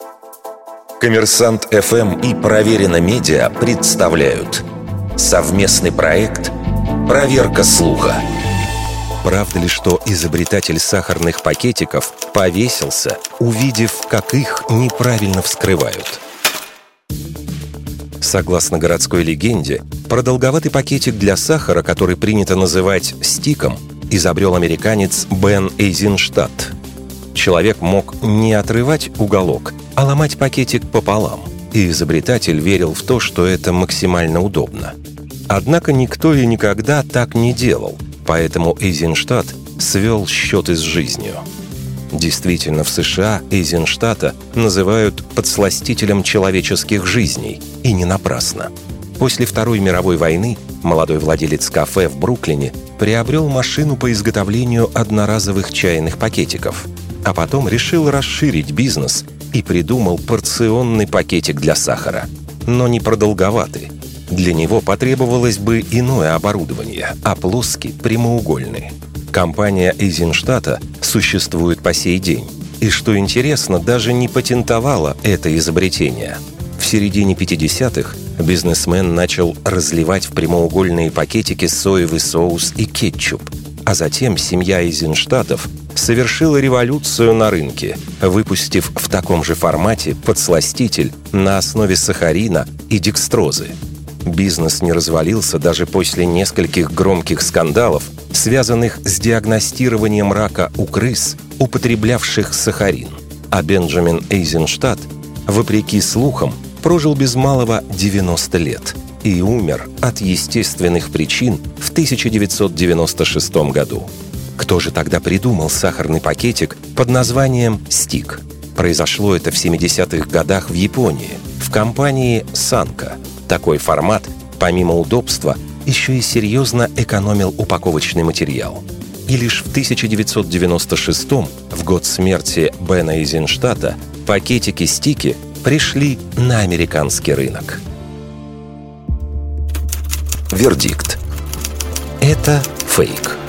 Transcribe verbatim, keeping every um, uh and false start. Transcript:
Коммерсант эф эм и Проверено Медиа представляют совместный проект «Проверка слуха». Правда ли, что изобретатель сахарных пакетиков повесился, увидев, как их неправильно вскрывают? Согласно городской легенде, продолговатый пакетик для сахара, который принято называть стиком, изобрел американец Бен Эйзенштадт. Человек мог не отрывать уголок, а ломать пакетик пополам, и изобретатель верил в то, что это максимально удобно. Однако никто и никогда так не делал, поэтому Эйзенштадт свел счеты с жизнью. Действительно, в США Эйзенштадта называют подсластителем человеческих жизней, и не напрасно. После Второй мировой войны молодой владелец кафе в Бруклине приобрел машину по изготовлению одноразовых чайных пакетиков, а потом решил расширить бизнес и придумал порционный пакетик для сахара, но не продолговатый. Для него потребовалось бы иное оборудование, а плоский, прямоугольный. Компания Эйзенштадта существует по сей день. И, что интересно, даже не патентовала это изобретение. В середине пятидесятых бизнесмен начал разливать в прямоугольные пакетики соевый соус и кетчуп. А затем семья Эйзенштадтов совершила революцию на рынке, выпустив в таком же формате подсластитель на основе сахарина и декстрозы. Бизнес не развалился даже после нескольких громких скандалов, связанных с диагностированием рака у крыс, употреблявших сахарин. А Бенджамин Эйзенштадт, вопреки слухам, прожил без малого девяносто лет и умер от естественных причин в тысяча девятьсот девяносто шестом году. Кто же тогда придумал сахарный пакетик под названием «стик»? Произошло это в семидесятых годах в Японии, в компании «Санка». Такой формат, помимо удобства, еще и серьезно экономил упаковочный материал. И лишь в тысяча девятьсот девяносто шестом, в год смерти Бена Эйзенштадта, пакетики-стики пришли на американский рынок. Вердикт. Это фейк.